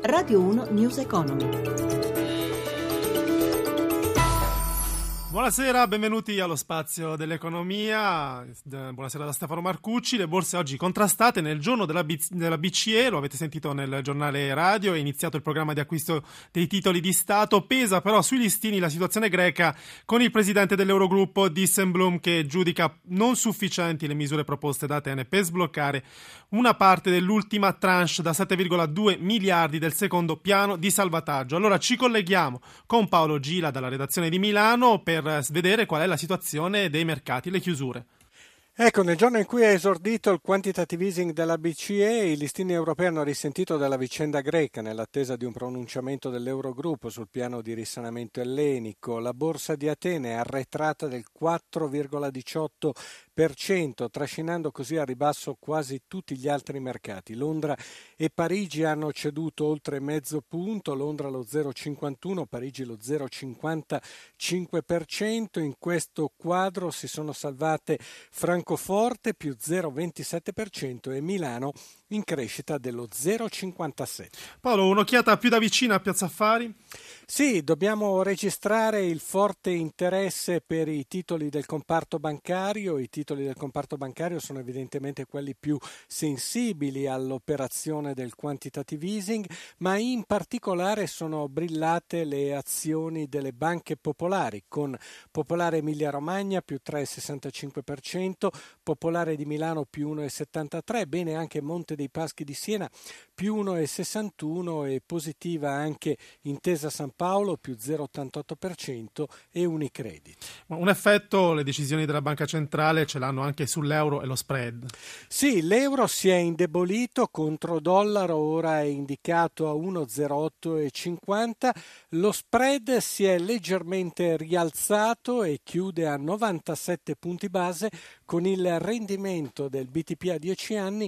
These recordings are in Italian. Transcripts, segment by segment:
Radio 1 News Economy. Buonasera, benvenuti allo spazio dell'economia. Buonasera da Stefano Marcucci. Le borse oggi contrastate nel giorno della BCE, lo avete sentito nel giornale radio, è iniziato il programma di acquisto dei titoli di Stato. Pesa però sui listini la situazione greca con il presidente dell'Eurogruppo Dijsselbloem che giudica non sufficienti le misure proposte da Atene per sbloccare una parte dell'ultima tranche da 7,2 miliardi del secondo piano di salvataggio. Allora ci colleghiamo con Paolo Gila dalla redazione di Milano per vedere qual è la situazione dei mercati, le chiusure. Ecco, nel giorno in cui è esordito il quantitative easing della BCE, i listini europei hanno risentito della vicenda greca nell'attesa di un pronunciamento dell'Eurogruppo sul piano di risanamento ellenico. La borsa di Atene è arretrata del 4,18%, trascinando così a ribasso quasi tutti gli altri mercati. Londra e Parigi hanno ceduto oltre mezzo punto, Londra lo 0,51%, Parigi lo 0,55%. In questo quadro si sono salvate Francoforte più 0,27% e Milano in crescita dello 0,57%. Paolo, un'occhiata più da vicino a Piazza Affari? Sì, dobbiamo registrare il forte interesse per i titoli del comparto bancario. I titoli del comparto bancario sono evidentemente quelli più sensibili all'operazione del quantitative easing, ma in particolare sono brillate le azioni delle banche popolari, con Popolare Emilia Romagna più 3,65%, Popolare di Milano più 1,73%, bene anche Monte dei Paschi di Siena più 1,61% e positiva anche Intesa San Paolo più 0,88% e Unicredit. Ma un effetto le decisioni della Banca Centrale ce l'hanno anche sull'euro e lo spread. Sì, l'euro si è indebolito contro dollaro, ora è indicato a 1,0850, lo spread si è leggermente rialzato e chiude a 97 punti base con il rendimento del BTP a 10 anni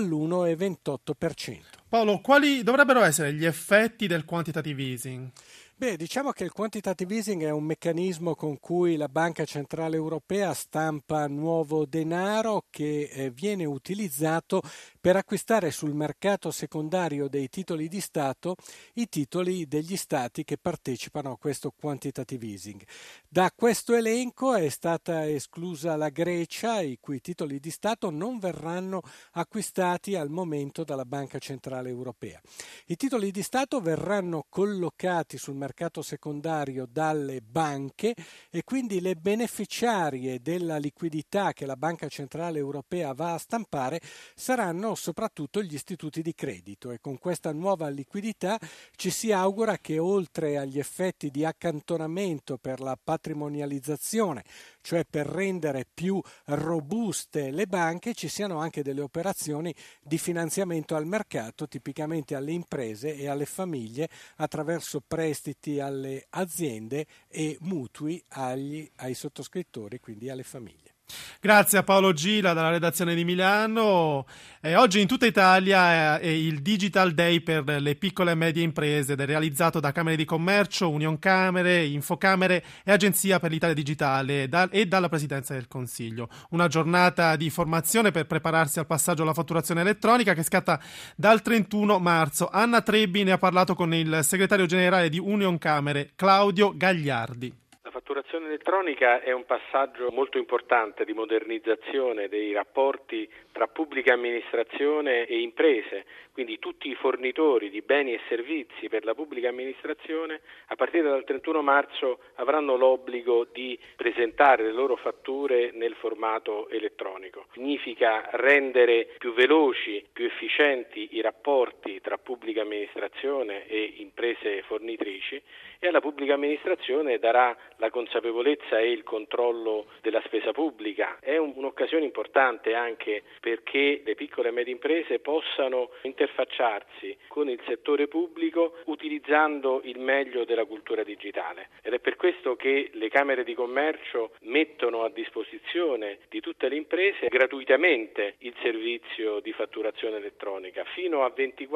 all'1,28%. Paolo, quali dovrebbero essere gli effetti del quantitative easing? Beh, diciamo che il quantitative easing è un meccanismo con cui la Banca Centrale Europea stampa nuovo denaro che viene utilizzato per acquistare sul mercato secondario dei titoli di Stato i titoli degli Stati che partecipano a questo quantitative easing. Da questo elenco è stata esclusa la Grecia, i cui titoli di Stato non verranno acquistati al momento dalla Banca Centrale Europea. I titoli di Stato verranno collocati sul mercato secondario dalle banche e quindi le beneficiarie della liquidità che la Banca Centrale Europea va a stampare saranno soprattutto gli istituti di credito e con questa nuova liquidità ci si augura che oltre agli effetti di accantonamento per la patrimonializzazione, cioè per rendere più robuste le banche, ci siano anche delle operazioni di finanziamento al mercato, tipicamente alle imprese e alle famiglie attraverso prestiti alle aziende e mutui ai sottoscrittori, quindi alle famiglie. Grazie a Paolo Gila dalla redazione di Milano. Oggi in tutta Italia è il Digital Day per le piccole e medie imprese ed è realizzato da Camere di Commercio, Unioncamere, Infocamere e Agenzia per l'Italia Digitale e dalla Presidenza del Consiglio. Una giornata di formazione per prepararsi al passaggio alla fatturazione elettronica che scatta dal 31 marzo. Anna Trebbi ne ha parlato con il segretario generale di Unioncamere, Claudio Gagliardi. La fatturazione elettronica è un passaggio molto importante di modernizzazione dei rapporti tra pubblica amministrazione e imprese, quindi tutti i fornitori di beni e servizi per la pubblica amministrazione a partire dal 31 marzo avranno l'obbligo di presentare le loro fatture nel formato elettronico. Significa rendere più veloci, più efficienti i rapporti tra pubblica amministrazione e imprese fornitrici e alla pubblica amministrazione darà la consapevolezza e il controllo della spesa pubblica. È un'occasione importante anche perché le piccole e medie imprese possano interfacciarsi con il settore pubblico utilizzando il meglio della cultura digitale. Ed è per questo che le Camere di Commercio mettono a disposizione di tutte le imprese gratuitamente il servizio di fatturazione elettronica, fino a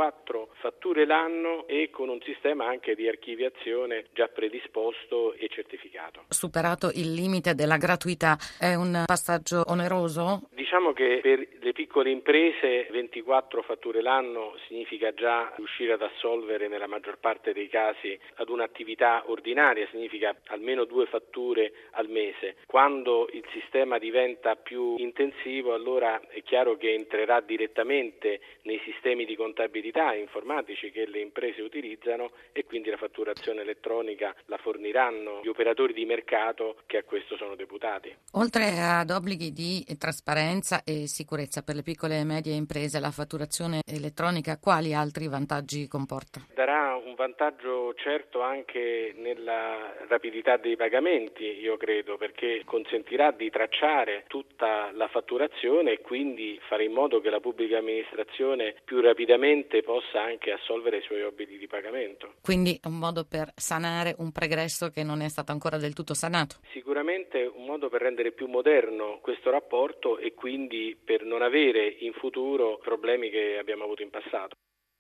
24 fatture l'anno e con un sistema anche di archiviazione già predisposto e certificato. superato il limite della gratuità. È un passaggio oneroso? Diciamo che per le piccole imprese 24 fatture l'anno significa già riuscire ad assolvere nella maggior parte dei casi ad un'attività ordinaria, significa almeno 2 fatture al mese. Quando il sistema diventa più intensivo, allora è chiaro che entrerà direttamente nei sistemi di contabilità informatici che le imprese utilizzano e quindi la fatturazione elettronica la forniranno gli operatori di mercato che a questo sono deputati. Oltre ad obblighi di trasparenza e sicurezza per le piccole e medie imprese, la fatturazione elettronica quali altri vantaggi comporta? Darà un vantaggio certo anche nella rapidità dei pagamenti, io credo, perché consentirà di tracciare tutta la fatturazione e quindi fare in modo che la pubblica amministrazione più rapidamente possa anche assolvere i suoi obblighi di pagamento. Quindi un modo per sanare un pregresso che non è stato ancora del tutto sanato? Sicuramente un modo per rendere più moderno questo rapporto e quindi per non avere in futuro problemi che abbiamo avuto in passato.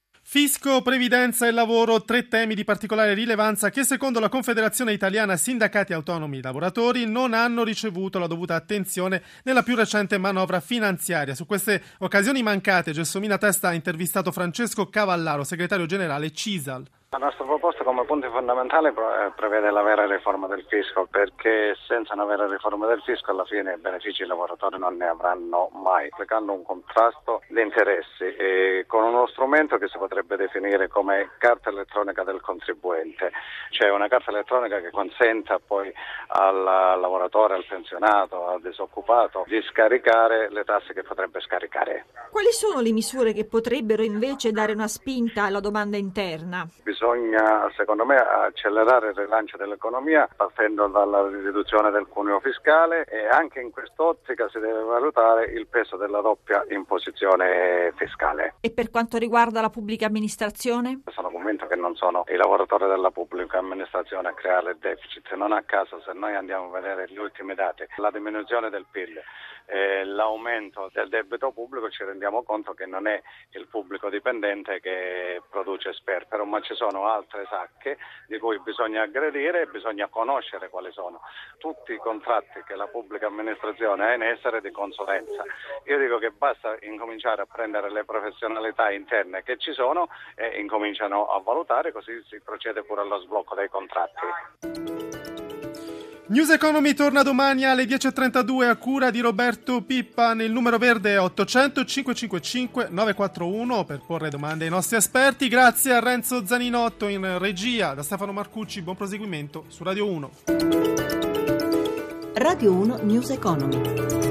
Fisco, previdenza e lavoro, 3 temi di particolare rilevanza che secondo la Confederazione Italiana Sindacati Autonomi Lavoratori non hanno ricevuto la dovuta attenzione nella più recente manovra finanziaria. Su queste occasioni mancate Gelsomina Testa ha intervistato Francesco Cavallaro, segretario generale CISAL. La nostra proposta come punti fondamentali prevede la vera riforma del fisco, perché senza una vera riforma del fisco alla fine i benefici i lavoratori non ne avranno mai, applicando un contrasto di interessi e con uno strumento che si potrebbe definire come carta elettronica del contribuente, cioè una carta elettronica che consenta poi al lavoratore, al pensionato, al disoccupato di scaricare le tasse che potrebbe scaricare. Quali sono le misure che potrebbero invece dare una spinta alla domanda interna? Bisogna, secondo me, accelerare il rilancio dell'economia partendo dalla riduzione del cuneo fiscale e anche in quest'ottica si deve valutare il peso della doppia imposizione fiscale. E per quanto riguarda la pubblica amministrazione? Sono convinto che non sono i lavoratori della pubblica amministrazione a creare il deficit. Non a caso, se noi andiamo a vedere gli ultimi dati, la diminuzione del PIL, l'aumento del debito pubblico, ci rendiamo conto che non è il pubblico dipendente che produce sperpero, ma ci sono altre sacche di cui bisogna aggredire e bisogna conoscere quali sono tutti i contratti che la pubblica amministrazione ha in essere di consulenza. Io dico che basta incominciare a prendere le professionalità interne che ci sono e incominciano a valutare, così si procede pure allo sblocco dei contratti. News Economy torna domani alle 10.32 a cura di Roberto Pippa. Nel numero verde 800 555 941 per porre domande ai nostri esperti. Grazie a Renzo Zaninotto in regia. Da Stefano Marcucci, buon proseguimento su Radio 1. Radio 1 News Economy.